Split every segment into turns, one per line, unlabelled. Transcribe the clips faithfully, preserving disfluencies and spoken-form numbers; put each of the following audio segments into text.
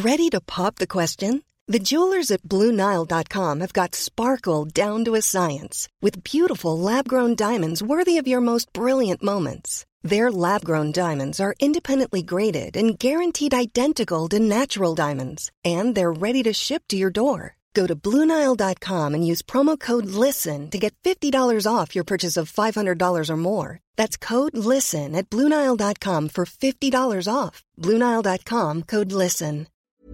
Ready to pop the question? The jewelers at Blue Nile dot com have got sparkle down to a science with beautiful lab-grown diamonds worthy of your most brilliant moments. Their lab-grown diamonds are independently graded and guaranteed identical to natural diamonds, and they're ready to ship to your door. Go to Blue Nile dot com and use promo code LISTEN to get fifty dollars off your purchase of five hundred dollars or more. That's code LISTEN at Blue Nile dot com for fifty dollars off. Blue Nile dot com, code LISTEN.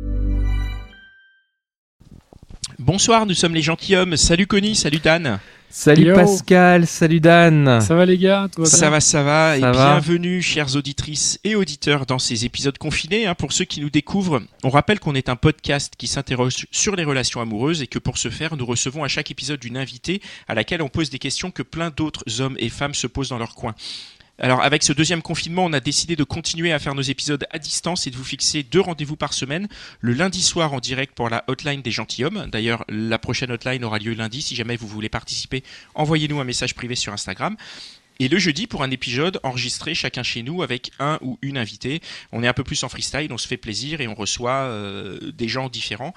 Bonsoir, nous sommes les gentilshommes. Salut Connie, salut Dan.
Salut
Yo.
Pascal, salut Dan.
Ça va les gars, tout va bien?
Ça va, ça va.
Ça
et
va.
bienvenue, chères auditrices et auditeurs, dans ces épisodes confinés. Hein, pour ceux qui nous découvrent, on rappelle qu'on est un podcast qui s'interroge sur les relations amoureuses et que pour ce faire, nous recevons à chaque épisode une invitée à laquelle on pose des questions que plein d'autres hommes et femmes se posent dans leur coin. Alors avec ce deuxième confinement, on a décidé de continuer à faire nos épisodes à distance et de vous fixer deux rendez-vous par semaine. Le lundi soir en direct pour la hotline des gentilshommes. D'ailleurs, la prochaine hotline aura lieu lundi. Si jamais vous voulez participer, envoyez-nous un message privé sur Instagram. Et le jeudi pour un épisode enregistré chacun chez nous avec un ou une invitée. On est un peu plus en freestyle, on se fait plaisir et on reçoit euh, des gens différents.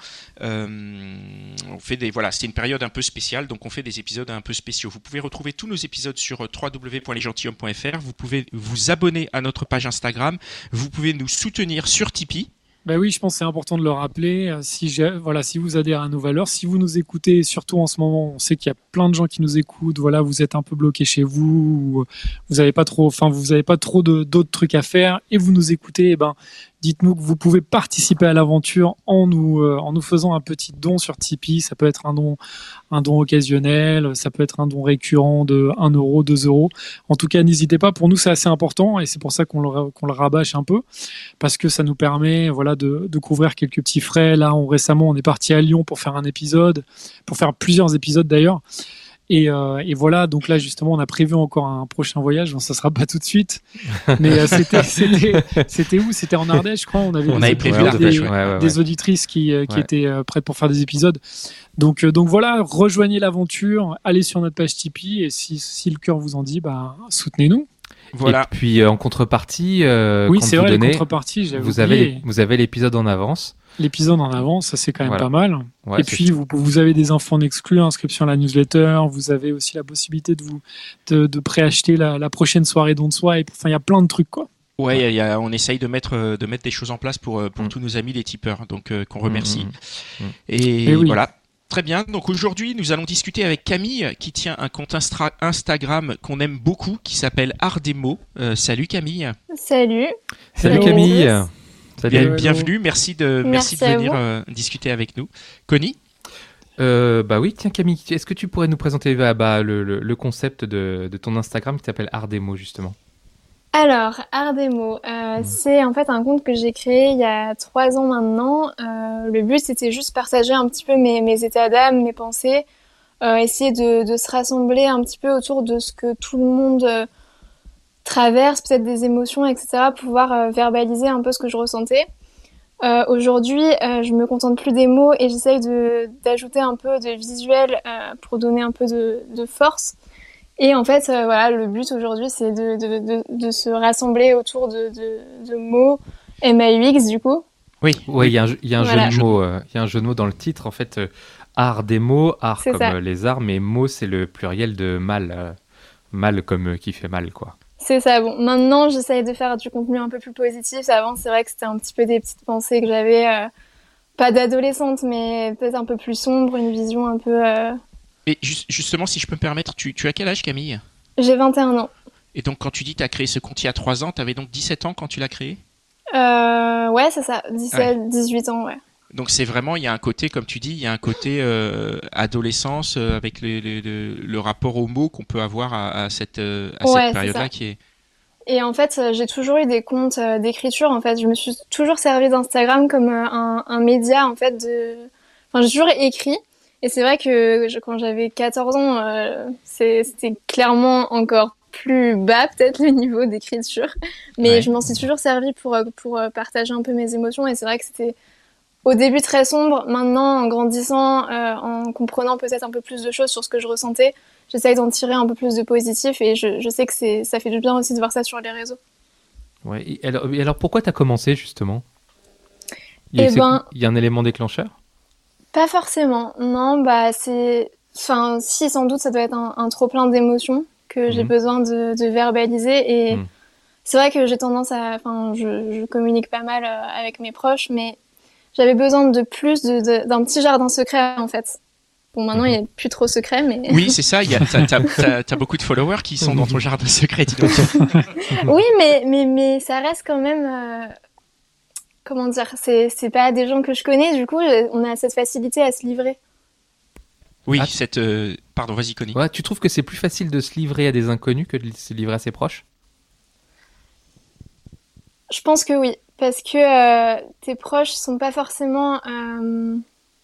Euh, on fait des voilà, c'est une période un peu spéciale, donc on fait des épisodes un peu spéciaux. Vous pouvez retrouver tous nos épisodes sur w w w point les gentilshommes point f r. Vous pouvez vous abonner à notre page Instagram. Vous pouvez nous soutenir sur Tipeee.
Bah oui, je pense que c'est important de le rappeler. Euh, Si j'ai, voilà, si vous adhérez à nos valeurs, si vous nous écoutez, surtout en ce moment, on sait qu'il y a plein de gens qui nous écoutent. Voilà, vous êtes un peu bloqué chez vous, ou vous avez pas trop, enfin, vous avez pas trop de, d'autres trucs à faire, et vous nous écoutez. Eh ben, dites-nous que vous pouvez participer à l'aventure en nous, euh, en nous faisant un petit don sur Tipeee. Ça peut être un don, un don occasionnel, ça peut être un don récurrent de un euro, deux euros. En tout cas, n'hésitez pas. Pour nous, c'est assez important, et c'est pour ça qu'on le, qu'on le rabâche un peu, parce que ça nous permet, voilà, de, de couvrir quelques petits frais. Là, on, récemment, on est parti à Lyon pour faire un épisode, pour faire plusieurs épisodes d'ailleurs. Et, euh, et voilà, donc là justement, on a prévu encore un prochain voyage. Bon, ça sera pas tout de suite, mais euh, c'était, c'était, c'était où? C'était en Ardèche, je crois. On avait,
On
des,
avait prévu
des,
l'Ardèche,
des,
ouais.
Ouais, ouais,
des
ouais.
auditrices qui, euh, qui
Ouais.
étaient euh, prêtes pour faire des épisodes. Donc, euh, donc voilà, rejoignez l'aventure, allez sur notre page Tipeee, et si, si le cœur vous en dit, bah, soutenez-nous.
Voilà.
Et puis euh, en contrepartie, euh,
Oui,
quand
c'est
vous
vrai,
donnez,
les contreparties, j'avais
vous
oublié.
avez les- vous avez l'épisode en avance.
L'épisode en avance, ça c'est quand même
Voilà.
pas mal.
Ouais,
Et
c'est
puis vous, vous avez des infos en exclu, inscription à la newsletter, vous avez aussi la possibilité de vous de, de préacheter la, la prochaine soirée don de soi. Et enfin, il y a plein de trucs quoi.
Ouais, il y a- il y a- on essaye de mettre euh, de mettre des choses en place pour euh, pour
Mm.
tous nos amis les tipeurs, donc euh, qu'on remercie.
Mm, mm, mm.
Et,
Et oui.
voilà. Très bien. Donc aujourd'hui, nous allons discuter avec Camille, qui tient un compte Instra- Instagram qu'on aime beaucoup, qui s'appelle Art des mots. Euh, salut Camille.
Salut.
Salut
Hello.
Camille. Salut.
Bien-
hello.
bienvenue. Merci de merci,
Merci
de
à
venir
vous.
euh, discuter avec nous. Connie.
Euh, bah oui, tiens Camille, est-ce que tu pourrais nous présenter bah, bah, le, le, le concept de, de ton Instagram qui s'appelle Art des mots justement?
Alors, Art des mots, euh, c'est en fait un compte que j'ai créé il y a trois ans maintenant. Euh, le but, c'était juste partager un petit peu mes, mes états d'âme, mes pensées, euh, essayer de, de se rassembler un petit peu autour de ce que tout le monde euh, traverse, peut-être des émotions, et cetera, pouvoir euh, verbaliser un peu ce que je ressentais. Euh, aujourd'hui, euh, je me contente plus des mots et j'essaye de, d'ajouter un peu de visuel euh, pour donner un peu de, de force. Et en fait, euh, voilà, le but aujourd'hui, c'est de, de, de, de se rassembler autour de, de, de mots M A U X, du coup.
Oui.
Ouais, il y a un, jeu- il y a un
Voilà.
jeu de mots, euh, il y a un jeu de mots dans le titre en fait. euh, art des mots, art
C'est
comme
ça.
euh, les arts, mais mots c'est le pluriel de mal, euh, mal comme euh, qui fait mal quoi.
C'est ça. Bon, maintenant, j'essaye de faire du contenu un peu plus positif. Avant, c'est vrai que c'était un petit peu des petites pensées que j'avais, euh, pas d'adolescente, mais peut-être un peu plus sombre, une vision un peu... euh,
Et ju- justement, si je peux me permettre, tu, tu as quel âge, Camille?
J'ai vingt et un ans.
Et donc, quand tu dis que tu as créé ce compte il y a trois ans, tu avais donc dix-sept ans quand tu l'as créé?
Euh, ouais, c'est ça. dix-sept, dix-huit ans, ouais.
Donc c'est vraiment, il y a un côté, comme tu dis, il y a un côté euh, adolescence euh, avec le, le, le, le rapport aux mots qu'on peut avoir à, à cette, euh, à
Ouais,
cette
c'est
période-là
ça.
qui est...
Et en fait, euh, j'ai toujours eu des comptes euh, d'écriture. En fait, je me suis toujours servi d'Instagram comme euh, un, un média en fait de. Enfin, j'ai toujours écrit. Et c'est vrai que je- quand j'avais quatorze ans, euh, c'est- c'était clairement encore plus bas peut-être le niveau d'écriture. Mais
Ouais.
je m'en suis toujours servi pour euh, pour euh, partager un peu mes émotions. Et c'est vrai que c'était au début très sombre. Maintenant, en grandissant, euh, en comprenant peut-être un peu plus de choses sur ce que je ressentais, j'essaye d'en tirer un peu plus de positif. Et je, je sais que c'est, ça fait du bien aussi de voir ça sur les réseaux.
Ouais. Et alors, et alors pourquoi t'as commencé justement? Il y, a,
Eh ben,
il y a un élément déclencheur?
Pas forcément. Non, bah c'est, enfin, si sans doute, ça doit être un, un trop plein d'émotions que j'ai
Mhm.
besoin de, de verbaliser. Et
Mhm.
c'est vrai que j'ai tendance à, enfin, je, je communique pas mal euh, avec mes proches, mais j'avais besoin de plus de, de- d'un petit jardin secret en fait. Bon, maintenant il
Mhm.
est plus trop secret, mais
Oui, c'est ça. Il y a, t'as, t'as, t'as, t'as beaucoup de followers qui sont dans ton jardin secret, dis donc.
oui, mais mais mais ça reste quand même. euh, Comment dire, c'est c'est pas des gens que je connais, du coup, je- on a cette facilité à se livrer.
Oui,
Ah.
cette. euh, Pardon, vas-y, Connie.
Ouais, tu trouves que c'est plus facile de se livrer à des inconnus que de se livrer à ses proches?
Je pense que oui, parce que euh, tes proches sont pas forcément euh,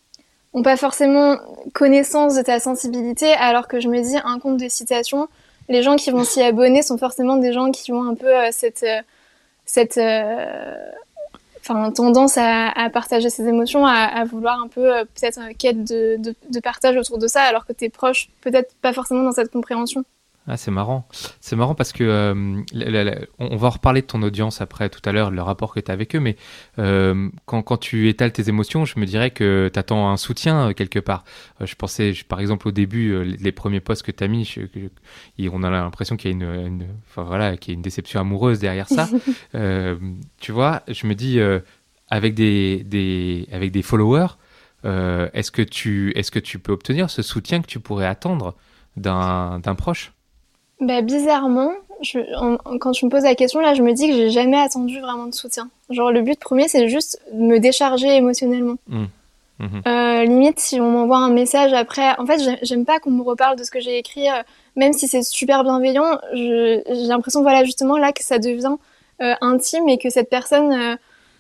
ont pas forcément connaissance de ta sensibilité, alors que je me dis un compte de citation, les gens qui vont s'y abonner sont forcément des gens qui ont un peu euh, cette euh, cette euh, enfin tendance à, à partager ses émotions, à, à vouloir un peu euh, peut-être une quête de, de, de partage autour de ça, alors que tes proches peut-être pas forcément dans cette compréhension.
Ah, c'est marrant. C'est marrant parce que euh, la- la- la- on on va en reparler de ton audience après tout à l'heure, le rapport que tu as avec eux, mais euh, quand, quand tu étales tes émotions, je me dirais que tu attends un soutien euh, quelque part. Euh, je pensais, je- par exemple, au début, euh, les, les premiers posts que tu as mis, je- que- et on a l'impression qu'il y a une, une- enfin, voilà, qu'il y a une déception amoureuse derrière ça. Euh, tu vois, je me dis, euh, avec des, des, avec des followers, euh, est-ce que tu, est-ce que tu peux obtenir ce soutien que tu pourrais attendre d'un, d'un proche?
Bah, bizarrement, je, en- en- quand tu me poses la question, là, je me dis que j'ai jamais attendu vraiment de soutien. Genre, le but premier, c'est juste de me décharger émotionnellement.
Mmh. Mhm.
Euh, limite, si on m'envoie un message après, en fait, j'ai- j'aime pas qu'on me reparle de ce que j'ai écrit, euh, même si c'est super bienveillant. je- J'ai l'impression, voilà, justement, là, que ça devient euh, intime et que cette personne, euh,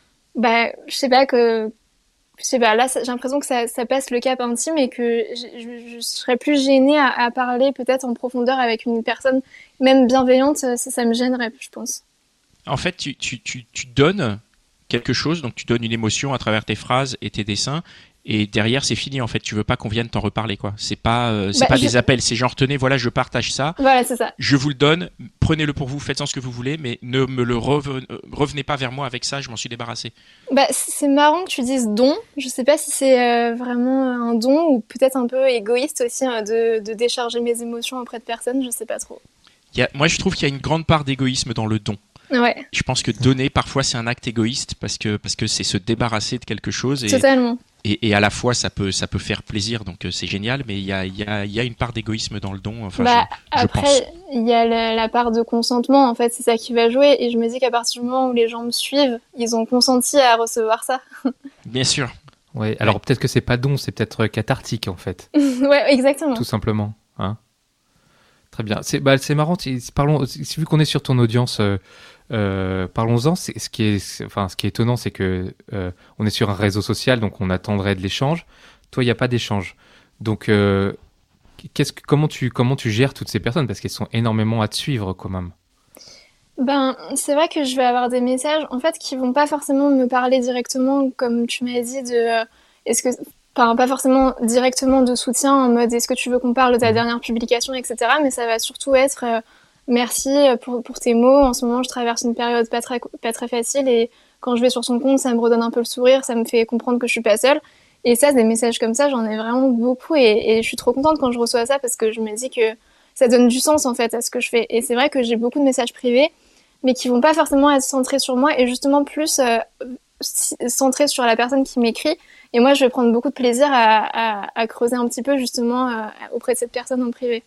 bah, je sais pas, que, je sais pas, là, ça- j'ai l'impression que ça, ça passe le cap intime et que je, je, je serais plus gênée à, à parler peut-être en profondeur avec une personne, même bienveillante, ça, ça me gênerait, je pense.
En fait, tu, tu, tu, tu donnes quelque chose, donc tu donnes une émotion à travers tes phrases et tes dessins, et derrière c'est fini en fait. Tu veux pas qu'on vienne t'en reparler quoi. C'est pas, euh, c'est
Bah,
pas
je-
des appels, c'est genre tenez voilà je partage ça,
Voilà, c'est ça.
je vous le donne, prenez-le pour vous, faites-en ce que vous voulez, mais ne me le reven- euh, revenez pas vers moi avec ça, je m'en suis débarrassé.
Bah, c'est marrant que tu dises don. Je sais pas si c'est euh, vraiment un don ou peut-être un peu égoïste aussi hein, de, de décharger mes émotions auprès de personnes, je sais pas trop.
Il y a, moi je trouve qu'il y a une grande part d'égoïsme dans le don.
Ouais,
Je pense que donner parfois c'est un acte égoïste parce que parce que c'est se débarrasser de quelque chose et,
totalement.
et, et à la fois ça peut ça peut faire plaisir donc euh, c'est génial, mais il y a il y a il y a une part d'égoïsme dans le don, enfin
Bah,
je, je pense.
après, il y a la, la part de consentement, en fait, c'est ça qui va jouer. Et je me dis qu'à partir du moment où les gens me suivent, ils ont consenti à recevoir ça.
Bien sûr.
Ouais, alors peut-être que c'est pas don, c'est peut-être cathartique en fait,
Ouais, exactement.
tout simplement. Hein. Très bien. C'est bah, c'est marrant. si- si- Parlons, si- vu qu'on est sur ton audience, euh, euh, parlons-en. C'est- Ce qui est, c'est- enfin, ce qui est étonnant, c'est que euh, on est sur un réseau social, donc on attendrait de l'échange. Toi, il n'y a pas d'échange. Donc, euh, qu'est-ce que, comment tu, comment tu gères toutes ces personnes parce qu'elles sont énormément à te suivre quand même.
Ben, c'est vrai que je vais avoir des messages, en fait, qui vont pas forcément me parler directement, comme tu m'as dit, de, euh, est-ce que, enfin, pas forcément directement de soutien en mode, est-ce que tu veux qu'on parle de ta
Mhm.
dernière publication, et cetera. Mais ça va surtout être, euh, merci pour, pour tes mots. En ce moment, je traverse une période pas très, pas très facile et quand je vais sur son compte, ça me redonne un peu le sourire, ça me fait comprendre que je suis pas seule. Et ça, des messages comme ça, j'en ai vraiment beaucoup et, et je suis trop contente quand je reçois ça parce que je me dis que ça donne du sens, en fait, à ce que je fais. Et c'est vrai que j'ai beaucoup de messages privés mais qui vont pas forcément être centrés sur moi et justement plus euh, si- centrés sur la personne qui m'écrit. Et moi, je vais prendre beaucoup de plaisir à, à, à creuser un petit peu justement euh, auprès de cette personne en privé.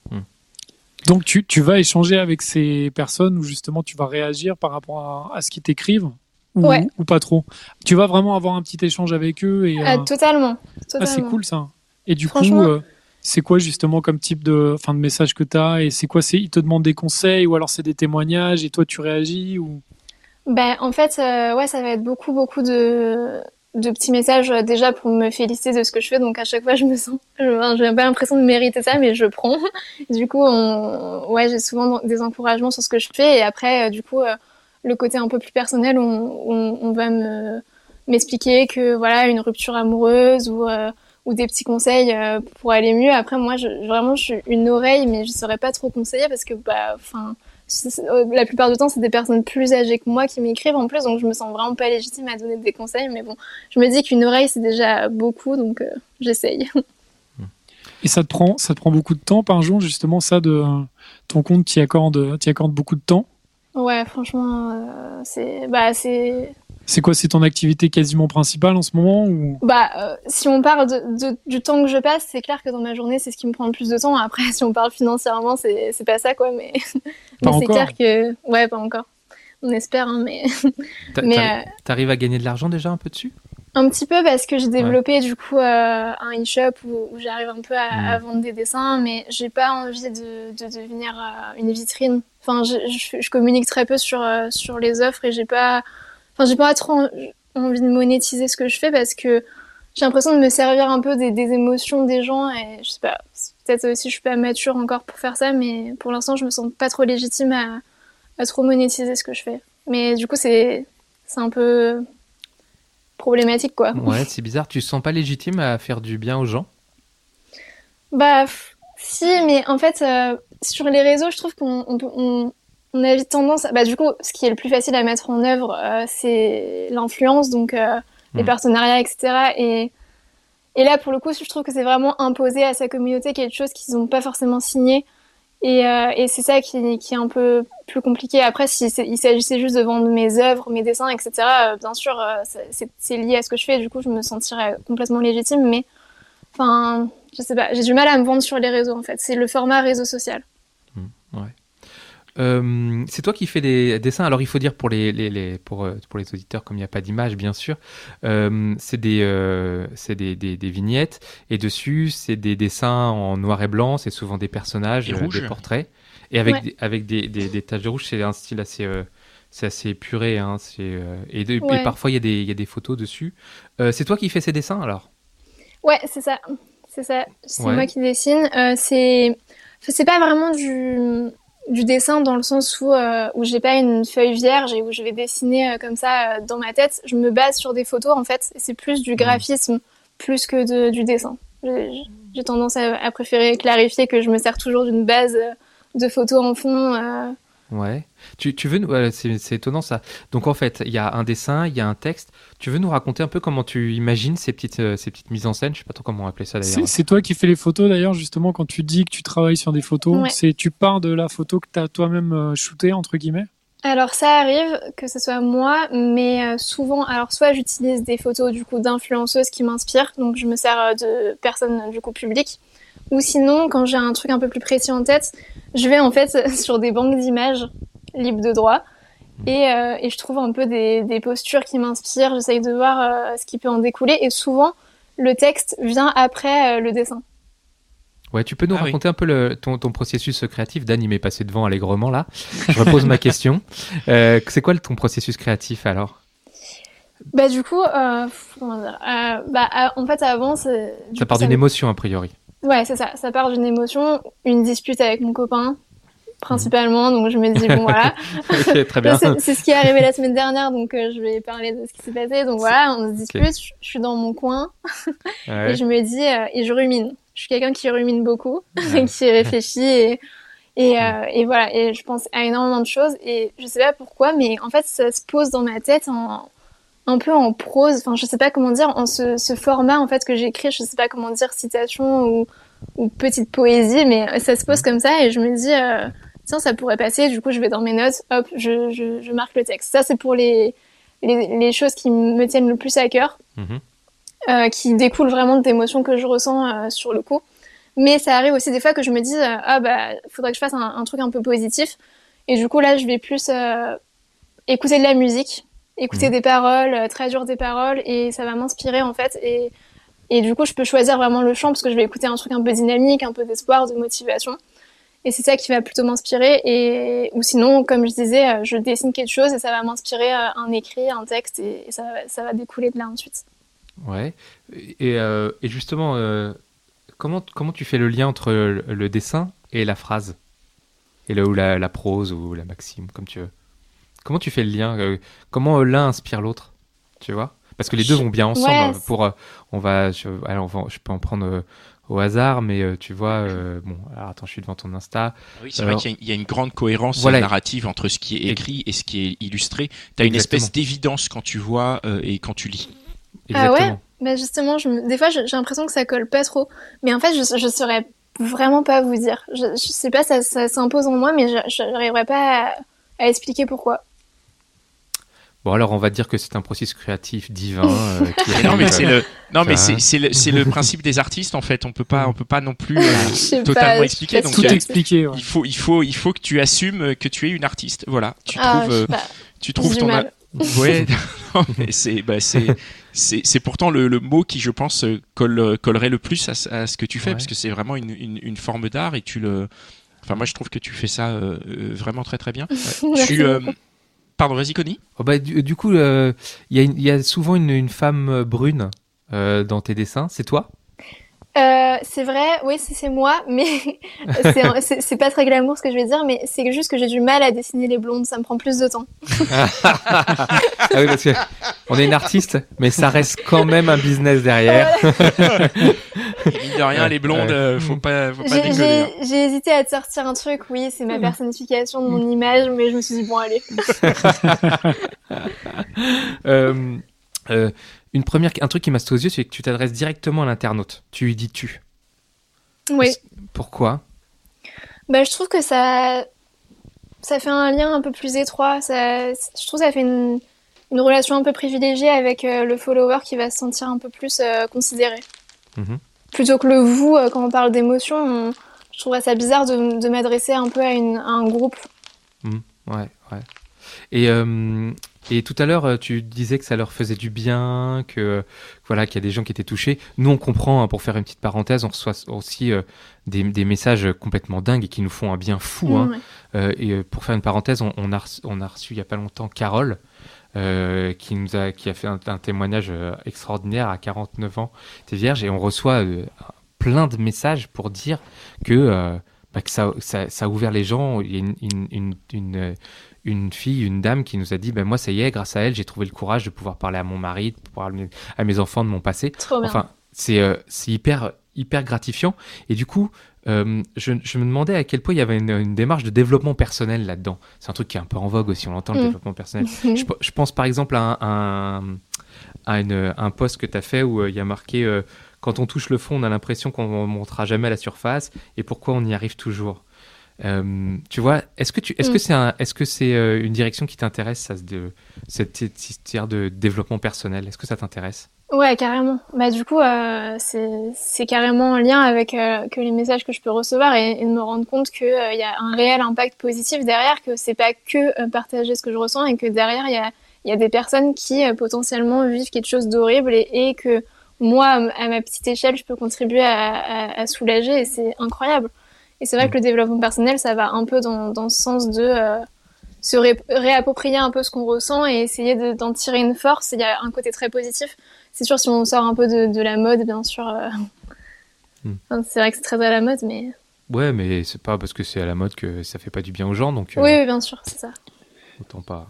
Donc tu, tu vas échanger avec ces personnes où justement tu vas réagir par rapport à, à ce qu'ils t'écrivent ou,
Ouais.
ou pas trop. Tu vas vraiment avoir un petit échange avec eux et
Ah,
euh,
totalement.
ah, c'est
totalement.
cool ça. Et du coup,
Franchement-
euh, c'est quoi justement comme type de, enfin, de message que tu as et c'est quoi, c'est ils te demandent des conseils ou alors c'est des témoignages et toi tu réagis ou
Ben, en fait, euh, ouais, ça va être beaucoup, beaucoup de, de petits messages euh, déjà pour me féliciter de ce que je fais. Donc à chaque fois, je me sens, je- enfin, j'ai pas l'impression de mériter ça, mais je prends. Du coup, on, ouais, j'ai souvent des encouragements sur ce que je fais. Et après, euh, du coup, euh, le côté un peu plus personnel, on, on, on va me m'expliquer que voilà, une rupture amoureuse ou euh, ou des petits conseils euh, pour aller mieux. Après, moi, je, vraiment, je suis une oreille, mais je saurais pas trop conseiller parce que, bah, enfin, c'est, c'est, euh, la plupart du temps, c'est des personnes plus âgées que moi qui m'écrivent en plus, donc je me sens vraiment pas légitime à donner des conseils. Mais bon, je me dis qu'une oreille, c'est déjà beaucoup, donc euh, j'essaye.
Et ça te prend, ça te prend beaucoup de temps par jour, justement, ça, de ton compte qui accorde, qui accorde beaucoup de temps?
Ouais, franchement, euh, c'est, bah, c'est.
C'est quoi, c'est ton activité quasiment principale en ce moment ou...
Bah, euh, si on parle de, de, du temps que je passe, c'est clair que dans ma journée, c'est ce qui me prend le plus de temps. Après, si on parle financièrement, c'est, c'est pas ça, quoi. Mais,
pas
mais c'est
encore.
clair que. Ouais, pas encore. On espère, hein, mais.
T'a,
mais
t'arrives,
euh...
t'arrives à gagner de l'argent déjà un peu dessus?
Un petit peu parce que j'ai développé ouais. du coup euh, un e-shop où, où j'arrive un peu à, mmh. à vendre des dessins, mais j'ai pas envie de, de devenir euh, une vitrine. Enfin, je, je, je communique très peu sur, euh, sur les offres et j'ai pas. Enfin, j'ai pas trop envie de monétiser ce que je fais parce que j'ai l'impression de me servir un peu des, des émotions des gens et je sais pas, peut-être aussi je suis pas mature encore pour faire ça, mais pour l'instant je me sens pas trop légitime à, à trop monétiser ce que je fais. Mais du coup c'est, c'est un peu problématique quoi.
Ouais, c'est bizarre, tu te sens pas légitime à faire du bien aux gens?
Bah si, mais en fait euh, sur les réseaux je trouve qu'on on peut... On, On a vite tendance, bah du coup, ce qui est le plus facile à mettre en œuvre, euh, c'est l'influence, donc euh, mmh. les partenariats, et cetera. Et, et là, pour le coup, je trouve que c'est vraiment imposer à sa communauté quelque chose qu'ils n'ont pas forcément signé. Et, euh, et c'est ça qui, qui est un peu plus compliqué. Après, si il s'agissait juste de vendre mes œuvres, mes dessins, et cetera, euh, bien sûr, euh, c'est, c'est lié à ce que je fais. Du coup, je me sentirais complètement légitime. Mais, enfin, je sais pas, j'ai du mal à me vendre sur les réseaux, en fait. C'est le format réseau social.
Mmh, ouais. Euh, c'est toi qui fais les dessins. Alors il faut dire pour les, les, les pour pour les auditeurs, comme il n'y a pas d'image bien sûr, euh, c'est des euh, c'est des, des des vignettes et dessus c'est des dessins en noir et blanc. C'est souvent des personnages, euh, des portraits et avec ouais. des, avec des, des des taches de rouge. C'est un style assez euh, c'est assez épuré. Hein, c'est euh, et, de, ouais. et parfois il y a des il y a des photos dessus. Euh, c'est toi qui fais ces dessins alors?
Ouais, c'est ça, c'est ça. C'est ouais. moi qui dessine. Euh, c'est c'est pas vraiment du du dessin dans le sens où, euh, où j'ai pas une feuille vierge et où je vais dessiner euh, comme ça euh, dans ma tête. Je me base sur des photos en fait, et c'est plus du graphisme mmh. plus que de, du dessin. J'ai, j'ai tendance à, à préférer clarifier que je me sers toujours d'une base euh, de photos en fond. Euh...
Ouais. Tu, tu veux nous... ouais, c'est, c'est étonnant ça. Donc en fait, il y a un dessin, il y a un texte. Tu veux nous raconter un peu comment tu imagines ces petites, euh, ces petites mises en scène? Je sais pas trop comment appeler ça d'ailleurs.
C'est, c'est toi qui fais les photos d'ailleurs, justement, quand tu dis que tu travailles sur des photos. Ouais. C'est, tu pars de la photo que tu as toi-même euh, shootée, entre guillemets?
Alors ça arrive que ce soit moi, mais euh, souvent, alors soit j'utilise des photos du coup d'influenceuses qui m'inspirent, donc je me sers euh, de personnes du coup publiques. Ou sinon, quand j'ai un truc un peu plus précis en tête, je vais en fait sur des banques d'images libres de droit et, euh, et je trouve un peu des, des postures qui m'inspirent. J'essaye de voir euh, ce qui peut en découler et souvent, le texte vient après euh, le dessin.
Ouais, tu peux nous ah raconter oui. un peu le, ton, ton processus créatif? Dan, il m'est passé devant allègrement là. Je repose ma question. Euh, c'est quoi ton processus créatif alors?
Bah du coup, euh, comment dire euh, bah, en fait avant, c'est,
ça part coup, d'une ça émotion a priori.
Ouais, c'est ça. Ça part d'une émotion, une dispute avec mon copain, principalement. Donc je me dis, bon voilà.
Ok, très bien.
c'est, c'est ce qui est arrivé la semaine dernière, donc euh, je vais parler de ce qui s'est passé. Donc voilà, on se dispute, okay. je, je suis dans mon coin, ouais. et je me dis, euh, et je rumine. Je suis quelqu'un qui rumine beaucoup, ouais. qui réfléchit, et, et, euh, et voilà. Et je pense à énormément de choses, et je sais pas pourquoi, mais en fait, ça se pose dans ma tête en... un peu en prose, enfin je sais pas comment dire, en ce, ce format en fait que j'écris, je sais pas comment dire, citation ou, ou petite poésie, mais ça se pose comme ça et je me dis euh, tiens ça pourrait passer, du coup je vais dans mes notes, hop je, je, je marque le texte. Ça c'est pour les, les, les choses qui me tiennent le plus à cœur, mm-hmm. euh, qui découlent vraiment d'émotions que je ressens euh, sur le coup. Mais ça arrive aussi des fois que je me dis euh, ah bah faudrait que je fasse un, un truc un peu positif et du coup là je vais plus euh, écouter de la musique, écouter mmh. des paroles, euh, traduire des paroles et ça va m'inspirer en fait et, et du coup je peux choisir vraiment le chant parce que je vais écouter un truc un peu dynamique, un peu d'espoir, de motivation et c'est ça qui va plutôt m'inspirer et ou sinon comme je disais euh, je dessine quelque chose et ça va m'inspirer euh, un écrit, un texte et, et ça, ça va découler de là ensuite.
Ouais et, euh, et justement euh, comment, comment tu fais le lien entre le, le dessin et la phrase et le, ou la, la prose ou la maxime comme tu veux? Comment tu fais le lien euh, Comment l'un inspire l'autre? Tu vois? Parce que les deux vont bien ensemble.
Ouais,
pour, euh, on va, je, alors on va, je peux en prendre, euh, au hasard, mais euh, tu vois, euh, bon, alors attends, je suis devant ton Insta.
Oui, c'est
Alors,
vrai qu'il y a, il y a une grande cohérence
voilà.
narrative entre ce qui est écrit et ce qui est illustré. Tu as une
Exactement.
espèce d'évidence quand tu vois euh, et quand tu lis.
Exactement.
Ah ouais. Bah justement, je me... des fois, j'ai l'impression que ça colle pas trop. Mais en fait, je, je saurais vraiment pas vous dire. Je, je sais pas, ça, ça s'impose en moi, mais je n'arriverai pas à, à expliquer pourquoi.
Bon, alors on va dire que c'est un processus créatif divin. Euh, qui
Mais non, mais c'est le, non, mais
Ça,
c'est, c'est le, c'est le principe des artistes en fait. On peut pas, on peut pas non plus euh,
Je sais
totalement
pas,
expliquer.
je sais
Donc
pas
Tout
si
il y a-
expliqué. Ouais.
il faut, il faut, il faut que tu assumes que tu es une artiste. Voilà. Tu
Ah,
trouves,
je sais
euh,
pas.
tu trouves
J'ai
ton.
du
a-
mal.
Ouais. Non, mais c'est, bah, c'est, c'est, c'est pourtant le, le mot qui, je pense, euh, colle, collerait le plus à, ce- à ce que tu fais,
Ouais.
parce que c'est vraiment une, une, une forme d'art et tu le. Enfin, moi, je trouve que tu fais ça euh, euh, vraiment très très bien.
Merci
Tu, euh,
beaucoup.
Pardon, vas-y, Connie.
Oh, bah, du, du coup, il euh, y, y a souvent une, une femme brune euh, dans tes dessins. C'est toi?
Euh, c'est vrai, oui, c'est c'est moi, mais c'est- c'est c'est pas très glamour ce que je vais dire, mais c'est juste que j'ai du mal à dessiner les blondes, ça me prend plus de temps.
Ah oui, parce que on est une artiste, mais ça reste quand même un business derrière.
Mine de rien,
Ouais,
les blondes,
ouais.
euh, faut pas, faut pas
J'ai
déconner. hein.
j'ai- j'ai hésité à te sortir un truc, oui, c'est ma personnification de mon image, mais je me suis dit, bon, allez.
Euh, euh, une première, un truc qui m'a sauté aux yeux, c'est que tu t'adresses directement à l'internaute. Tu lui dis tu.
Oui.
Pourquoi?
Bah, je trouve que ça, ça fait un lien un peu plus étroit. Ça, je trouve que ça fait une, une relation un peu privilégiée avec euh, le follower qui va se sentir un peu plus euh, considéré.
Mhm.
Plutôt que le vous, euh, quand on parle d'émotion, on- je trouverais ça bizarre de, de m'adresser un peu à, une, à un groupe.
Mhm. Ouais, ouais. Et, euh, et tout à l'heure, euh, tu disais que ça leur faisait du bien, que voilà, qu'il y a des gens qui étaient touchés. Nous, on comprend, hein, pour faire une petite parenthèse, on reçoit aussi euh, des, des messages complètement dingues et qui nous font un bien fou. Hein.
Ouais.
Euh, et euh, pour faire une parenthèse, on, on, a, reçu, on a reçu il n'y a pas longtemps Carole, euh, qui, nous a, qui a fait un, un témoignage euh, extraordinaire à quarante-neuf ans. T'es vierge et on reçoit euh, plein de messages pour dire que, euh, bah, que ça, ça, ça a ouvert les gens. Il y a une, une, une, une, une fille, une dame qui nous a dit ben moi, ça y est, grâce à elle, j'ai trouvé le courage de pouvoir parler à mon mari, de pouvoir parler à mes enfants de mon passé.
Trop bien.
Enfin, c'est euh, c'est hyper, hyper gratifiant. Et du coup, euh, je, je me demandais à quel point il y avait une, une démarche de développement personnel là-dedans. C'est un truc qui est un peu en vogue aussi, on l'entend, le
Mm.
développement personnel. je, je pense par exemple à un, un, à une, un post que tu as fait où euh, il y a marqué euh, quand on touche le fond, on a l'impression qu'on ne montera jamais à la surface, et pourquoi on y arrive toujours. Euh, tu vois, est-ce que tu, est-ce
Mm.
que c'est un, est-ce que c'est euh, une direction qui t'intéresse, ça, de, cette cette histoire de développement personnel? Est-ce que ça t'intéresse?
Ouais, carrément. Bah, du coup, euh, c'est, c'est carrément en lien avec euh, que les messages que je peux recevoir et, et de me rendre compte qu'il y a un réel impact positif derrière, que c'est pas que euh, partager ce que je ressens et que derrière, il y a, il y a des personnes qui euh, potentiellement vivent quelque chose d'horrible et, et que moi, à ma petite échelle, je peux contribuer à, à, à soulager et c'est incroyable. Et c'est vrai
Mm.
que le développement personnel, ça va un peu dans, dans ce sens de euh, se ré- réapproprier un peu ce qu'on ressent et essayer de, d'en tirer une force. Il y a un côté très positif. C'est sûr, si on sort un peu de, de la mode, bien sûr. euh,
Mm.
enfin, c'est vrai que c'est très à la mode, mais.
Ouais, mais c'est pas parce que c'est à la mode que ça fait pas du bien aux gens, donc euh,
Oui, oui, bien sûr, c'est ça.
autant pas.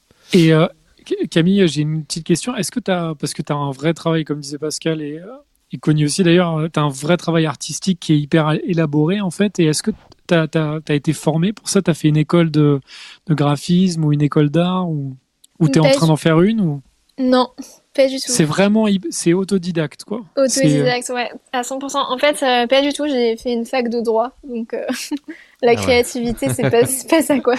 Et euh, Camille, j'ai une petite question. Est-ce que tu as, parce que tu as un vrai travail, comme disait Pascal, et, euh, et Connie aussi d'ailleurs, tu as un vrai travail artistique qui est hyper élaboré en fait. Et est-ce que tu as été formé pour ça? Tu as fait une école de, de graphisme ou une école d'art? Ou, ou tu es en
Pas
train
du-
d'en faire une ou...
Non, pas du tout.
C'est vraiment hy- c'est autodidacte, quoi. C'est, euh,
Autodidacte, ouais, à cent pour cent. En fait, euh, pas du tout. J'ai fait une fac de droit, donc euh, la
ouais.
créativité, c'est pas, c'est pas ça, quoi.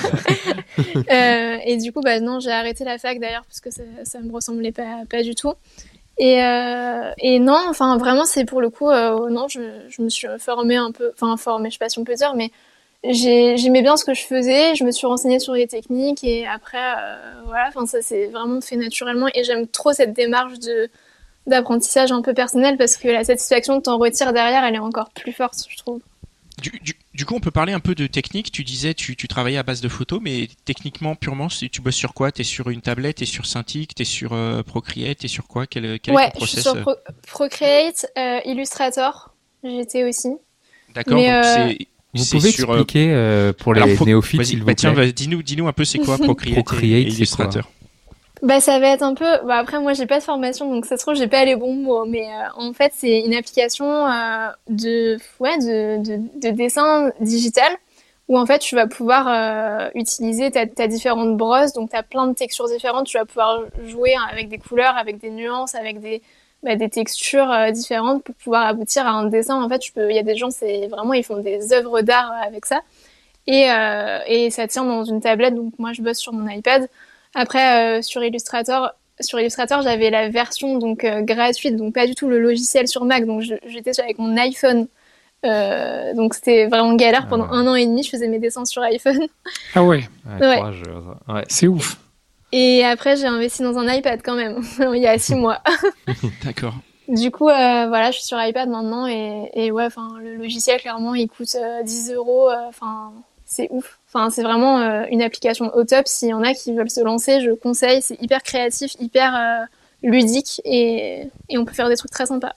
Euh, et du coup, bah non, j'ai arrêté la fac d'ailleurs parce que ça, ça me ressemblait pas, pas du tout. Et, euh, et non, enfin vraiment, c'est pour le coup, euh, non, je, je me suis formée un peu, enfin formée, je sais pas si on peut dire, mais j'ai, j'aimais bien ce que je faisais. Je me suis renseignée sur les techniques et après, euh, voilà, enfin ça s'est vraiment fait naturellement. Et j'aime trop cette démarche de d'apprentissage un peu personnel parce que la satisfaction que t'en retires derrière, elle est encore plus forte, je trouve.
Du, du, du coup, on peut parler un peu de technique. Tu disais, tu, tu travaillais à base de photos, mais techniquement, purement, si tu bosses sur quoi? T'es sur une tablette, t'es sur Cintiq, t'es sur euh, Procreate, t'es sur quoi? Quel, quel
Ouais,
est ton
je suis
process?
sur Pro- Procreate, euh, Illustrator, j'étais aussi.
D'accord,
mais,
donc
euh,
c'est...
Vous
c'est
pouvez
sur, euh,
expliquer euh, pour les
alors, Pro-
néophytes,
vas-y,
s'il vous
bah,
plaît.
tiens, vas- dis-nous, dis-nous un peu c'est quoi Procreate,
Procreate,
et, et
c'est
Illustrator.
Bah, ça va être un peu. Bah, après, moi, j'ai pas de formation, donc ça se trouve, j'ai pas les bons mots. Mais euh, en fait, c'est une application euh, de, ouais, de, de, de dessin digital où en fait, tu vas pouvoir euh, utiliser ta, ta différentes brosses. Donc, tu as plein de textures différentes. Tu vas pouvoir jouer avec des couleurs, avec des nuances, avec des, bah, des textures euh, différentes pour pouvoir aboutir à un dessin. En fait, tu peux. Il y a des gens, c'est vraiment, ils font des œuvres d'art avec ça. Et, euh, et ça tient dans une tablette. Donc, moi, je bosse sur mon iPad. Après, euh, sur Illustrator, sur Illustrator, j'avais la version donc euh, gratuite, donc pas du tout le logiciel sur Mac. Donc je, j'étais avec mon iPhone. Euh, donc c'était vraiment galère. Pendant
Ah.
un an et demi, je faisais mes dessins sur iPhone.
Ah ouais,
Ouais,
Ouais.
courage, euh, ouais.
c'est ouf.
Et après, j'ai investi dans un iPad quand même, il y a six mois.
D'accord.
Du coup, euh, voilà, je suis sur iPad maintenant et, et ouais, enfin, le logiciel clairement, il coûte euh, dix euros. Enfin, c'est ouf. Enfin, c'est vraiment euh, une application au top. S'il y en a qui veulent se lancer, je conseille. C'est hyper créatif, hyper euh, ludique et, et on peut faire des trucs très sympas.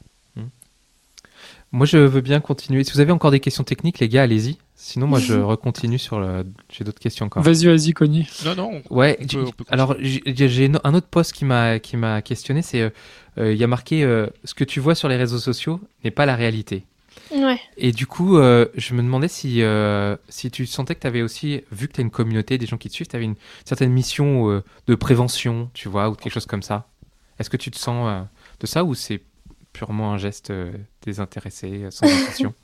Moi, je veux bien continuer. Si vous avez encore des questions techniques, les gars, allez-y. Sinon, moi, je recontinue sur le. J'ai d'autres questions encore.
Vas-y, vas-y, Conny.
Non, non. on-
Ouais.
on
j'ai-
peut- on peut
alors, j'ai j'ai une- un autre post qui m'a qui m'a questionné. C'est euh, euh, il y a marqué euh, ce que tu vois sur les réseaux sociaux n'est pas la réalité.
Ouais.
Et du coup, euh, je me demandais si euh, si tu sentais que tu avais aussi, vu que tu as une communauté, des gens qui te suivent, tu avais une certaine mission euh, de prévention, tu vois, ou quelque chose comme ça. Est-ce que tu te sens euh, de ça ou c'est purement un geste euh, désintéressé, euh, sans intention?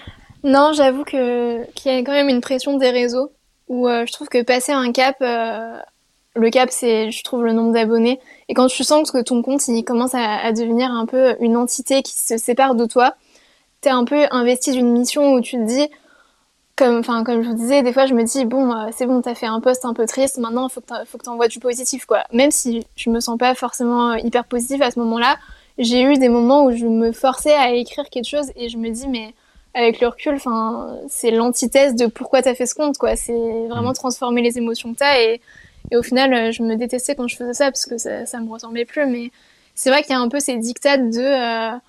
Non, j'avoue que qu'il y a quand même une pression des réseaux où euh, je trouve que passer un cap, euh, le cap c'est, je trouve, le nombre d'abonnés. Et quand tu sens que ton compte il commence à, à devenir un peu une entité qui se sépare de toi, t'es un peu investi d'une mission où tu te dis, comme, enfin, comme je vous disais, des fois je me dis bon, euh, c'est bon, t'as fait un post un peu triste, maintenant faut que t'en- faut que t'envoies du positif quoi. Même si je me sens pas forcément euh, hyper positive à ce moment-là, j'ai eu des moments où je me forçais à écrire quelque chose et je me dis mais avec le recul, enfin, c'est l'antithèse de pourquoi t'as fait ce compte quoi. C'est vraiment
Mhm.
transformer les émotions que t'as et, et au final, euh, je me détestais quand je faisais ça parce que ça, ça me ressemblait plus. Mais c'est vrai qu'il y a un peu ces dictats de euh,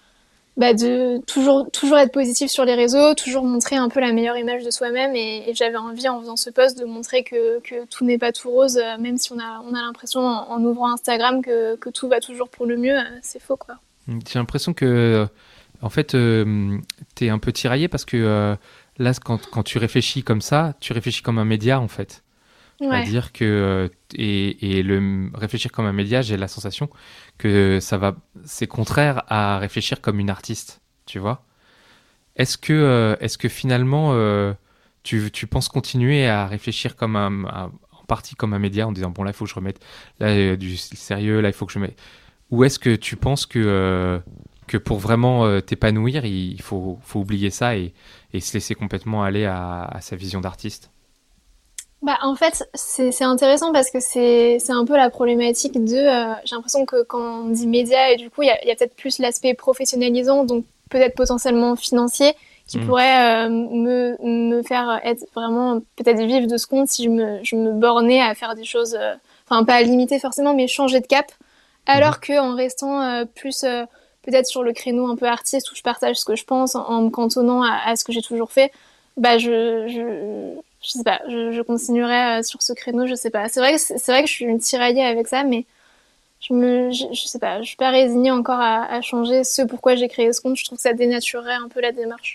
bah de toujours toujours être positif sur les réseaux, toujours montrer un peu la meilleure image de soi-même et, et j'avais envie en faisant ce post de montrer que, que tout n'est pas tout rose, euh, même si on a on a l'impression en, en ouvrant Instagram que, que tout va toujours pour le mieux, euh, c'est faux quoi.
J'ai l'impression que, euh, en fait, euh, tu es un peu tiraillé parce que euh, là, quand, quand tu réfléchis comme ça, tu réfléchis comme un média, en fait.
Ouais.
C'est-à-dire que, euh, et, et le réfléchir comme un média, j'ai la sensation que ça va, c'est contraire à réfléchir comme une artiste, tu vois. Est-ce que, euh, est-ce que finalement, euh, tu, tu penses continuer à réfléchir comme un, un- en partie comme un média en disant, bon, là, il faut que je remette là, euh, du sérieux, là, il faut que je mette. Ou est-ce que tu penses que, euh, que pour vraiment euh, t'épanouir, il faut, faut oublier ça et, et se laisser complètement aller à, à sa vision d'artiste?
Bah, en fait, c'est c'est intéressant parce que c'est c'est un peu la problématique de. Euh, j'ai l'impression que quand on dit média, et du coup, il y a, il y a peut-être plus l'aspect professionnalisant, donc peut-être potentiellement financier, qui
Mm.
pourrait euh, me, me faire être vraiment peut-être vivre de ce compte si je me, je me bornais à faire des choses, euh, enfin pas à limiter forcément, mais changer de cap, alors que en restant euh, plus euh, peut-être sur le créneau un peu artiste où je partage ce que je pense en, en me cantonnant à, à ce que j'ai toujours fait, bah je, je je sais pas, je, je continuerai euh, sur ce créneau, je sais pas. C'est vrai que c'est c'est vrai que je suis tiraillée avec ça, mais je me, je, je sais pas, je suis pas résignée encore à, à changer ce pourquoi j'ai créé ce compte. Je trouve que ça dénaturerait un peu la démarche.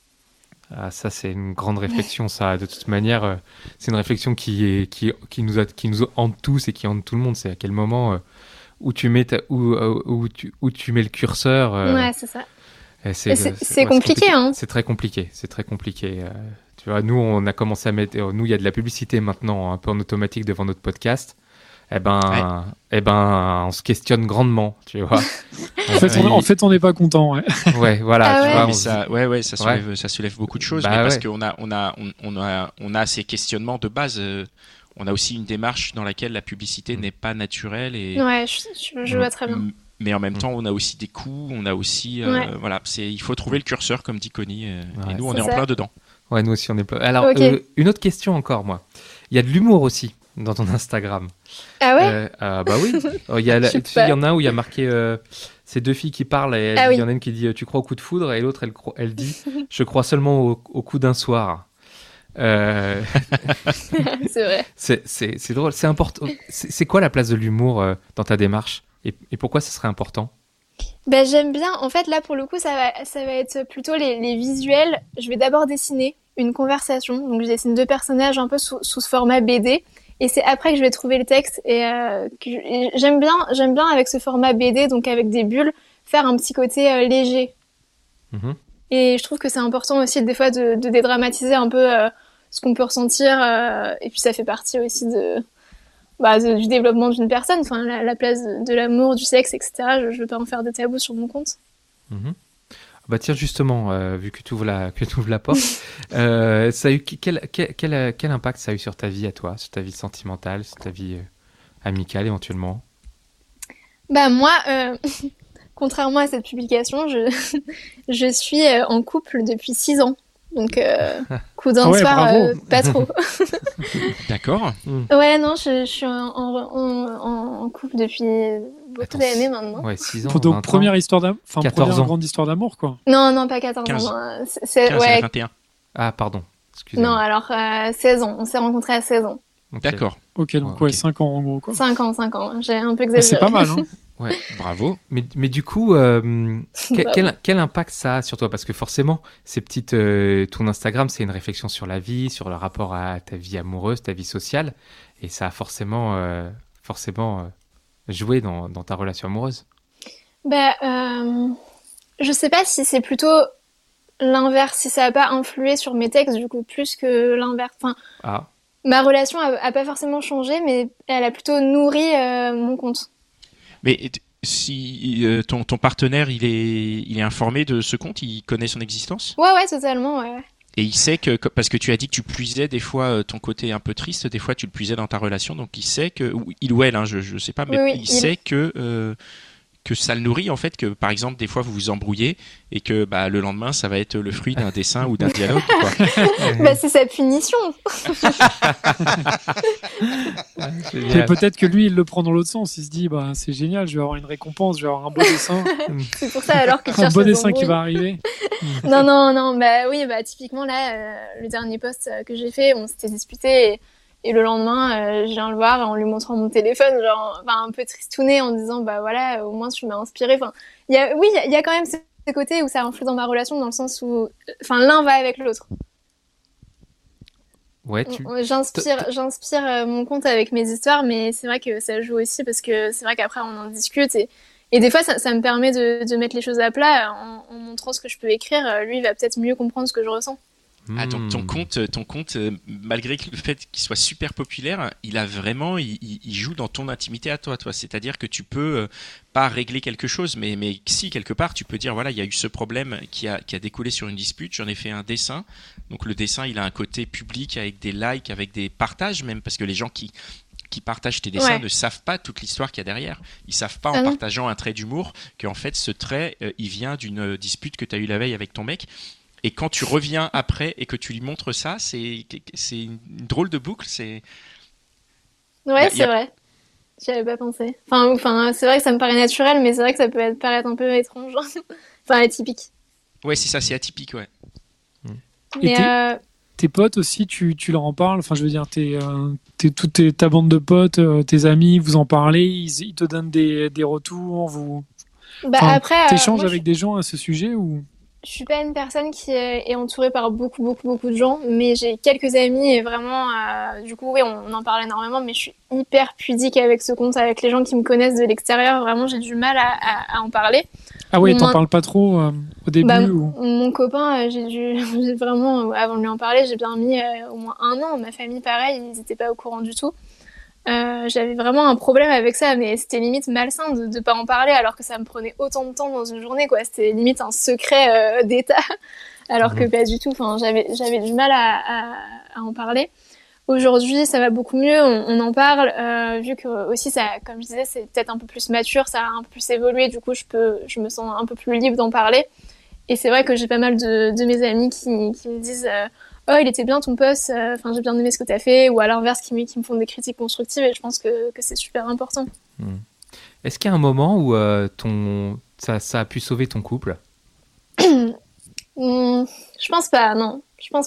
Ah, ça, c'est une grande réflexion, ça. De toute manière, euh, c'est une réflexion qui, est, qui, qui, nous a, qui nous hante tous et qui hante tout le monde. C'est à quel moment euh, où, tu mets ta- où, euh, où, tu, où tu mets le curseur. euh,
Ouais, c'est ça.
et
Et
c'est,
c'est-
euh,
c'est
ouais,
compliqué, hein.
C'est très compliqué. C'est très compliqué. euh, tu vois, nous, on a commencé à mettre. euh, Nous, il y a de la publicité maintenant, un peu en automatique devant notre podcast. Eh ben, eh ben, on se questionne grandement, tu vois.
En fait, on, en fait, on n'est pas content. Ouais.
Ouais, voilà,
Ah
tu
ouais.
vois.
mais
on se
ça, ouais, ouais, ça
Ouais.
soulève, ça soulève beaucoup de choses,
Bah
mais parce
ouais.
qu'on a, on a, on, on a, on a ces questionnements de base. euh, on a aussi une démarche dans laquelle la publicité
Mm.
n'est pas naturelle et.
Ouais, je, je, je vois très bien.
Mm, Mais en même
Mm.
temps, on a aussi des coûts, on a aussi, euh,
Ouais.
voilà, c'est, il faut trouver le curseur, comme dit Connie, euh,
Ouais.
et nous, on
C'est
est en
ça.
plein dedans.
Ouais, nous aussi, on est plein. Alors,
Ok.
euh, une autre question encore, moi. Il y a de l'humour aussi dans ton Instagram.
Ah ouais?
Euh, ah bah oui. Oh, il y a la-
Je sais
tu sais, il y
pas.
en a un où il y a marqué euh, ces deux filles qui parlent et elle-
Ah
il
oui.
y en a une qui dit euh, tu crois au coup de foudre et l'autre elle, cro- elle dit je crois seulement au, au coup d'un soir. Euh,
C'est vrai.
c'est, c'est, c'est drôle, c'est important. C'est, c'est quoi la place de l'humour euh, dans ta démarche et, et pourquoi ce serait important?
Ben, j'aime bien. En fait, là, pour le coup, ça va, ça va être plutôt les, les visuels. Je vais d'abord dessiner une conversation. Donc, je dessine deux personnages un peu sous, sous ce format B D. Et c'est après que je vais trouver le texte. Et, euh, que je- et j'aime bien, j'aime bien avec ce format B D, donc avec des bulles, faire un petit côté euh, léger.
Mhm.
Et je trouve que c'est important aussi, des fois, de, de dédramatiser un peu euh, ce qu'on peut ressentir. euh, et puis, ça fait partie aussi de, bah, de- du développement d'une personne. Enfin, la, la place de, de l'amour, du sexe, et cetera. Je, je veux pas en faire des tabous sur mon compte.
Mhm. Bah tiens, justement, euh, vu que tu ouvres la, que tu ouvres la porte, euh, ça a eu quel, quel, quel, quel impact ça a eu sur ta vie à toi, sur ta vie sentimentale, sur ta vie euh, amicale éventuellement?
Bah moi, euh, contrairement à cette publication, je, je suis euh, en couple depuis six ans. Donc, euh, coup d'un
Ah ouais,
soir,
bravo.
euh, pas trop.
D'accord.
Ouais, non, je, je suis en, en, en- en couple depuis beaucoup
Attends,
d'années maintenant.
Ouais, six ans,
Faut donc
vingt ans.
première histoire d'amour, enfin
quatorze
première
ans.
grande histoire d'amour, quoi.
Non, non, pas quatorze
quinze.
ans. hein. C'est, c'est-
quinze
ouais,
et vingt et un.
Ah, pardon,
non,
excusez-moi.
alors euh, seize ans. On s'est rencontrés à seize ans.
Ok.
D'accord.
Ok, donc
Ouais,
ouais,
ok.
cinq ans en gros, quoi.
cinq ans, cinq ans. J'ai un peu
Ah,
exagéré.
c'est pas mal, hein.
Ouais.
Bravo.
Mais, mais du coup, euh, que-
Bah
quel, quel impact ça a sur toi? Parce que forcément, ces petites, euh, ton Instagram, c'est une réflexion sur la vie, sur le rapport à ta vie amoureuse, ta vie sociale, et ça a forcément, euh, forcément euh, joué dans, dans ta relation amoureuse.
Bah, euh, je sais pas si c'est plutôt l'inverse, si ça a pas influé sur mes textes, du coup, plus que l'inverse. Enfin,
Ah,
ma relation a, a pas forcément changé, mais elle a plutôt nourri euh, mon compte.
Mais t- si euh, ton, ton partenaire il est, il est informé de ce compte, il connaît son existence
Ouais, ouais, totalement, ouais.
et il sait que, que- parce que tu as dit que tu puisais des fois euh, ton côté un peu triste, des fois tu le puisais dans ta relation, donc il sait que, ou il ou elle, hein, je, je sais pas, mais
Oui, oui,
il,
il-
sait que euh, que ça le nourrit en fait, que par exemple des fois vous vous embrouillez et que bah, le lendemain ça va être le fruit d'un dessin ou d'un dialogue quoi.
Bah, c'est sa punition.
Et
génial.
peut-être que lui, il le prend dans l'autre sens. Il se dit, bah, c'est génial, je vais avoir une récompense, je vais avoir un beau dessin,
C'est pour ça alors qu'il
un
cherche
beau
les
dessin qui
embrouilles.
va arriver.
Non, non, non, bah oui, bah typiquement là, euh, le dernier post euh, que j'ai fait, on s'était disputé et, et le lendemain, euh, je viens le voir en lui montrant mon téléphone, genre, enfin, un peu tristouné en disant, bah voilà, au moins tu m'as inspiré. Enfin, il y a, oui, il y a, il y a quand même ce ce côté où ça influe dans ma relation dans le sens où, enfin, l'un va avec l'autre.
Ouais, tu.
On- J'inspire, j'inspire euh, mon compte avec mes histoires, mais c'est vrai que ça joue aussi parce que c'est vrai qu'après on en discute et, et des fois ça, ça me permet de, de mettre les choses à plat en, en montrant ce que je peux écrire. Euh, Lui, il va peut-être mieux comprendre ce que je ressens.
Ah, donc ton
Hmm.
compte, ton compte, euh, malgré que le fait qu'il soit super populaire, il a vraiment, il, il- il joue dans ton intimité à toi, toi. C'est-à-dire que tu peux euh, pas régler quelque chose, mais mais si quelque part tu peux dire voilà, il y a eu ce problème qui a qui a découlé sur une dispute. J'en ai fait un dessin. Donc le dessin, il a un côté public avec des likes, avec des partages même, parce que les gens qui qui partagent tes dessins
Ouais.
ne savent pas toute l'histoire qu'il y a derrière. Ils savent pas en
Ah non.
partageant un trait d'humour qu'en fait ce trait, euh, il vient d'une euh, dispute que tu as eu la veille avec ton mec. Et quand tu reviens après et que tu lui montres ça, c'est c'est une drôle de boucle. C'est
Ouais,
Bah, y a-
c'est vrai. J'y avais pas pensé. Enfin, enfin, c'est vrai que ça me paraît naturel, mais c'est vrai que ça peut être, paraître un peu étrange. Enfin, atypique.
ouais, c'est ça, c'est atypique, ouais.
Et
Mais
t'es-
euh,
Tes potes aussi, tu, tu leur en parles. Enfin, je veux dire, t'es, euh, t'es, toute tes- ta bande de potes, euh, tes amis, vous en parlez, ils, ils te donnent des, des retours, vous
bah
Enfin,
après, euh,
t'échanges
moi, je-
avec des gens à ce sujet ou
je suis pas une personne qui est est entourée par beaucoup, beaucoup, beaucoup de gens, mais j'ai quelques amis et vraiment, euh, du coup, oui, on, on en parle énormément, mais je suis hyper pudique avec ce compte, avec les gens qui me connaissent de l'extérieur. Vraiment, j'ai du mal à, à, à en parler.
Ah ouais,
Mon-
t'en parles pas trop euh, au début
Bah,
ou...
mon copain, euh, j'ai dû j'ai vraiment, euh, avant de lui en parler, j'ai bien mis euh, au moins un an. Ma famille, pareil, ils n'étaient pas au courant du tout. Euh, j'avais vraiment un problème avec ça, mais c'était limite malsain de ne pas en parler alors que ça me prenait autant de temps dans une journée, quoi. C'était limite un secret euh, d'État, alors que pas du tout. Enfin, j'avais, j'avais du mal à, à, à en parler. Aujourd'hui, ça va beaucoup mieux, on, on en parle, euh, vu que aussi, ça, comme je disais, c'est peut-être un peu plus mature, ça a un peu plus évolué, du coup, je, peux, je me sens un peu plus libre d'en parler. Et c'est vrai que j'ai pas mal de, de mes amis qui, qui me disent euh, oh, il était bien ton post, enfin, euh, j'ai bien aimé ce que t'as fait, ou à l'inverse, qui, me- qui me font des critiques constructives, et je pense que, que c'est super important.
Est-ce qu'il y a un moment où euh, ton... ça, ça a pu sauver ton couple?
Hum, je pense pas, non, je pense pas.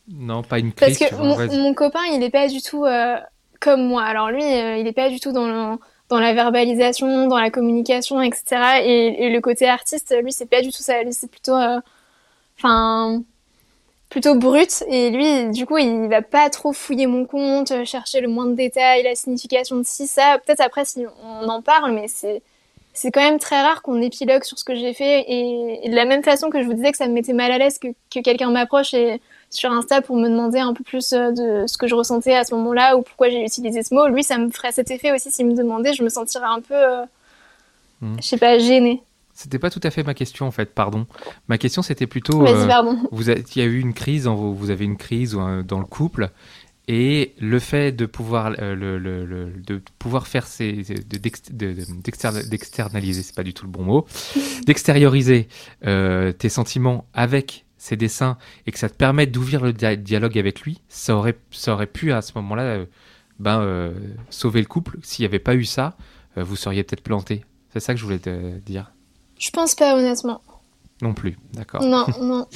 Non, pas une
Parce
crise.
que mon, mon copain, il est pas du tout euh, comme moi. Alors lui, euh, il est pas du tout dans le, dans la verbalisation, dans la communication, et cetera. Et, et le côté artiste, lui, c'est pas du tout ça. Lui, c'est plutôt, enfin, euh, plutôt brut. Et lui, du coup, il va pas trop fouiller mon compte, chercher le moindre détail, la signification de ci, ça. Peut-être après, si on en parle, mais c'est c'est quand même très rare qu'on épilogue sur ce que j'ai fait. Et, et de la même façon que je vous disais que ça me mettait mal à l'aise que, que quelqu'un m'approche et sur Insta pour me demander un peu plus de ce que je ressentais à ce moment-là ou pourquoi j'ai utilisé ce mot. Lui, ça me ferait cet effet aussi s'il me demandait, je me sentirais un peu, euh, mmh. je sais pas, gênée.
C'était pas tout à fait ma question en fait, pardon. Ma question c'était plutôt,
Vas-y, euh, pardon.
Vous avez, il y a eu une crise, vous avez une crise dans le couple et le fait de pouvoir, euh, le, le, le, de pouvoir faire ces, de, de, de, d'externaliser, c'est pas du tout le bon mot, d'extérioriser euh, tes sentiments avec ses dessins et que ça te permette d'ouvrir le dia- dialogue avec lui, ça aurait, ça aurait pu à ce moment-là euh, ben, euh, sauver le couple. S'il n'y avait pas eu ça, euh, vous seriez peut-être planté. C'est ça que je voulais te dire.
Je pense pas, honnêtement.
Non plus, d'accord.
Non, non.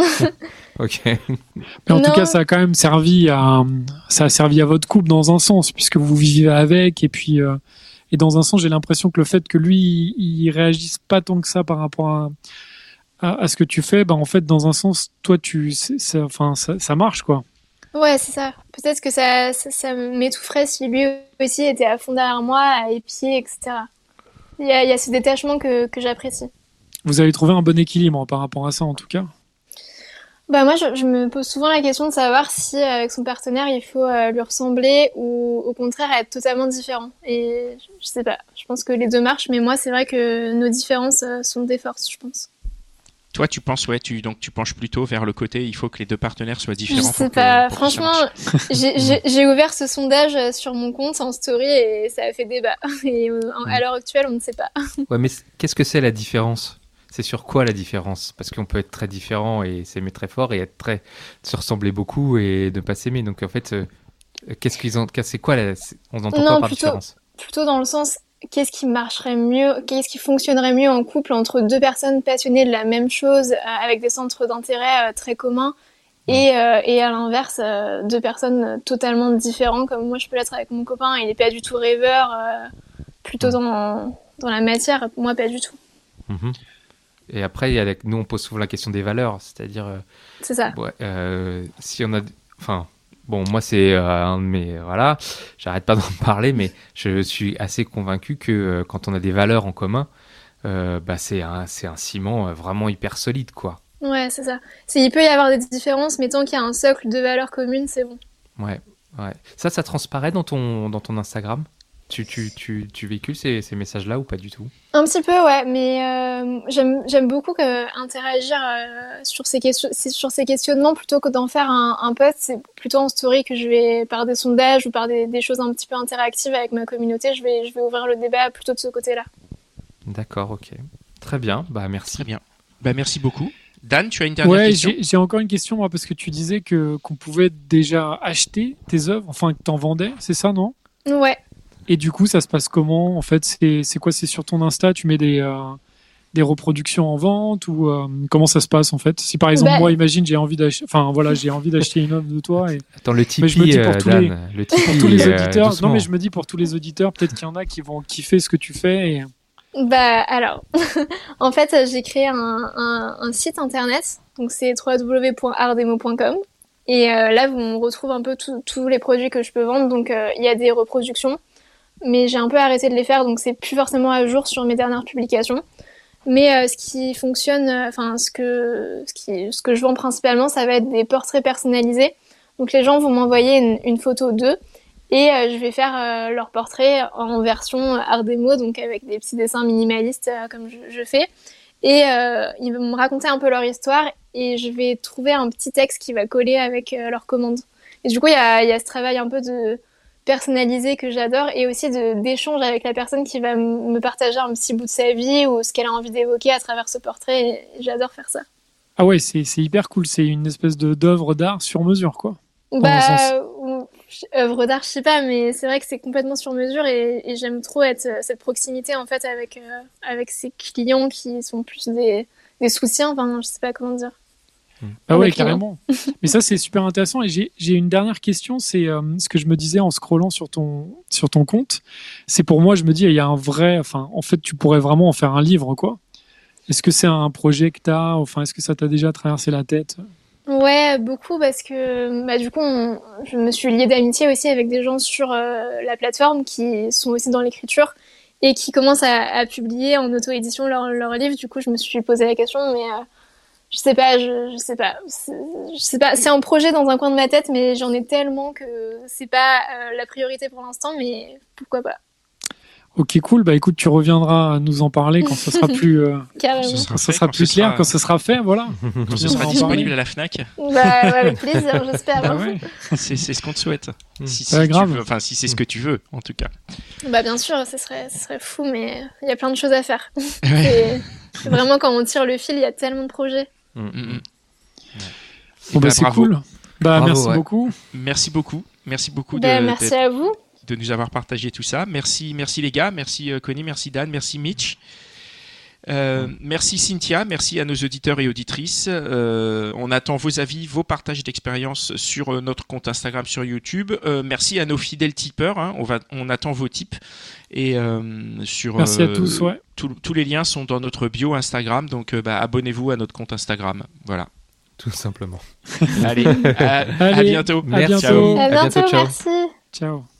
Ok.
Mais en
non.
tout cas, ça a quand même servi à, ça a servi à votre couple dans un sens, puisque vous vivez avec, et puis, euh, et dans un sens, j'ai l'impression que le fait que lui, il réagisse pas tant que ça par rapport à, à, à ce que tu fais, bah, en fait, dans un sens, toi, tu, c'est, c'est, enfin, ça, ça marche, quoi.
Ouais, c'est ça. Peut-être que ça, ça, ça m'étoufferait si lui aussi était à fond derrière moi, à épier, et cetera. Il y a, il y a ce détachement que, que j'apprécie.
Vous avez trouvé un bon équilibre par rapport à ça, en tout cas.
Bah moi, je, je me pose souvent la question de savoir si avec son partenaire, il faut euh, lui ressembler ou au contraire être totalement différent. Et je, je sais pas. Je pense que les deux marchent, mais moi, c'est vrai que nos différences euh, sont des forces, je pense.
Toi, tu penses, ouais, tu, donc tu penches plutôt vers le côté, il faut que les deux partenaires soient différents.
Je sais
pour
pas,
que, pour
franchement, j'ai, j'ai, j'ai ouvert ce sondage sur mon compte en story et ça a fait débat. Et euh,
mmh.
à l'heure actuelle, on ne sait pas.
Ouais, mais qu'est-ce que c'est la différence ? C'est sur quoi la différence ? Parce qu'on peut être très différent et s'aimer très fort et être très, se ressembler beaucoup et ne pas s'aimer. Donc en fait, euh, qu'est-ce qu'ils ont, c'est quoi la, on entend
non,
quoi par
plutôt,
différence ?
Plutôt dans le sens, qu'est-ce qui marcherait mieux, qu'est-ce qui fonctionnerait mieux en couple entre deux personnes passionnées de la même chose, euh, avec des centres d'intérêt euh, très communs, et, euh, et à l'inverse, euh, deux personnes totalement différentes, comme moi je peux l'être avec mon copain, il n'est pas du tout rêveur, euh, plutôt dans, dans la matière, moi pas du tout.
Mmh. Et après, il y a la, nous on pose souvent la question des valeurs, c'est-à-dire... Euh,
c'est ça.
Ouais, euh, si on a... Enfin... Bon, moi, c'est euh, un de mes... Voilà, j'arrête pas d'en parler, mais je suis assez convaincu que euh, quand on a des valeurs en commun, euh, bah, c'est un, c'est un ciment vraiment hyper solide, quoi.
Ouais, c'est ça. C'est, il peut y avoir des différences, mais tant qu'il y a un socle de valeurs communes, c'est bon.
Ouais, ouais. Ça, ça transparaît dans ton, dans ton Instagram ? Tu, tu, tu, tu véhicules ces, ces messages-là ou pas du tout ?
Un petit peu, ouais, mais euh, j'aime, j'aime beaucoup que, interagir euh, sur, ces question- sur ces questionnements plutôt que d'en faire un, un post. C'est plutôt en story que je vais, par des sondages ou par des, des choses un petit peu interactives avec ma communauté, je vais, je vais ouvrir le débat plutôt de ce côté-là.
D'accord, ok. Très bien, bah merci.
Très bien. Bah merci beaucoup. Dan, tu as une dernière
ouais,
question ?
j'ai, j'ai encore une question, moi, parce que tu disais que, qu'on pouvait déjà acheter tes œuvres, enfin que t'en vendais, c'est ça, non ?
Ouais.
Et du coup, ça se passe comment ? En fait, c'est, c'est quoi ? C'est sur ton Insta, tu mets des, euh, des reproductions en vente ou euh, comment ça se passe en fait ? Si par exemple, bah, moi, imagine, j'ai envie d'acheter, enfin voilà, j'ai envie d'acheter une œuvre de toi. Et...
Attends, le Tipeee,
je me dis pour tous
Dan,
les,
le Tipeee,
pour tous les auditeurs.
Euh,
non, mais je me dis pour tous les auditeurs, peut-être qu'il y en a qui vont kiffer ce que tu fais. Et...
Bah alors, en fait, j'ai créé un, un, un site internet, donc c'est w w w point ardemo point com. Et euh, là, on retrouve un peu tous les produits que je peux vendre. Donc, il euh, y a des reproductions. Mais j'ai un peu arrêté de les faire, donc c'est plus forcément à jour sur mes dernières publications. Mais euh, ce qui fonctionne, enfin euh, ce que ce qui ce que je vends principalement, ça va être des portraits personnalisés. Donc les gens vont m'envoyer une, une photo d'eux et euh, je vais faire euh, leur portrait en version art démo, donc avec des petits dessins minimalistes euh, comme je, je fais. Et euh, ils vont me raconter un peu leur histoire et je vais trouver un petit texte qui va coller avec euh, leur commande. Et du coup, il y a il y a ce travail un peu de personnalisé que j'adore et aussi de, d'échange avec la personne qui va m- me partager un petit bout de sa vie ou ce qu'elle a envie d'évoquer à travers ce portrait et j'adore faire ça.
Ah ouais, c'est, c'est hyper cool, c'est une espèce de, d'œuvre d'art sur mesure quoi.
Bah, ou, œuvre d'art, je sais pas, mais c'est vrai que c'est complètement sur mesure et, et j'aime trop être, cette proximité en fait avec, euh, avec ces clients qui sont plus des, des soutiens, enfin je sais pas comment dire.
Ah ouais,
Avec
carrément. Mais ça, c'est super intéressant. Et j'ai, j'ai une dernière question. C'est euh, ce que je me disais en scrollant sur ton, sur ton compte. C'est pour moi, je me dis, il y a un vrai. Enfin, en fait, tu pourrais vraiment en faire un livre, quoi. Est-ce que c'est un projet que tu as? Enfin, est-ce que ça t'a déjà traversé la tête?
Ouais, beaucoup parce que bah, du coup, on- je me suis liée d'amitié aussi avec des gens sur euh, la plateforme qui sont aussi dans l'écriture et qui commencent à, à publier en auto-édition leurs leurs livres. Du coup, je me suis posé la question, mais euh, je sais pas, je, je sais pas, c'est, je sais pas. C'est un projet dans un coin de ma tête, mais j'en ai tellement que c'est pas euh, la priorité pour l'instant, mais pourquoi pas,
Ok, cool. Bah écoute, tu reviendras nous en parler quand ça sera plus, euh,
carrément.
Ce sera
quand ça
fait,
sera
quand
plus
ce
clair,
sera-
quand ça sera fait, voilà.
Quand ce
On
sera
va en
disponible
parler.
à la Fnac,
Bah, ouais, avec plaisir, j'espère.
Ah ouais.
c'est c'est ce qu'on te souhaite.
Mm.
Si, si
Ouais,
tu
grave.
veux, enfin si c'est ce que tu veux, en tout cas.
Bah bien sûr, ce serait, ce serait fou, mais il y a plein de choses à faire.
Ouais.
C'est vraiment quand on tire le fil, il y a tellement de projets.
Mm.
Mm, mm. Eh
Bon,
ben,
bah c'est
bravo.
cool. Bah
Bravo,
merci
ouais.
beaucoup.
Merci beaucoup. Merci beaucoup de,
Bah, merci
d'être-
à vous.
de nous avoir partagé tout ça. Merci, merci les gars, merci euh, Connie, merci Dan, merci Mitch. Euh, merci Cynthia, merci à nos auditeurs et auditrices. Euh, on attend vos avis, vos partages d'expériences sur euh, notre compte Instagram, sur YouTube. Euh, merci à nos fidèles tipeurs. Hein. On va, on attend vos tips. Et euh, sur
Merci à
euh,
tous. Ouais.
tout- tous les liens sont dans notre bio Instagram. Donc euh, bah, abonnez-vous à notre compte Instagram. Voilà.
Tout simplement.
Allez, à, à
Allez,
bientôt.
à
Merci.
bientôt.
À
À
bientôt,
bientôt, ciao.
merci.
Ciao.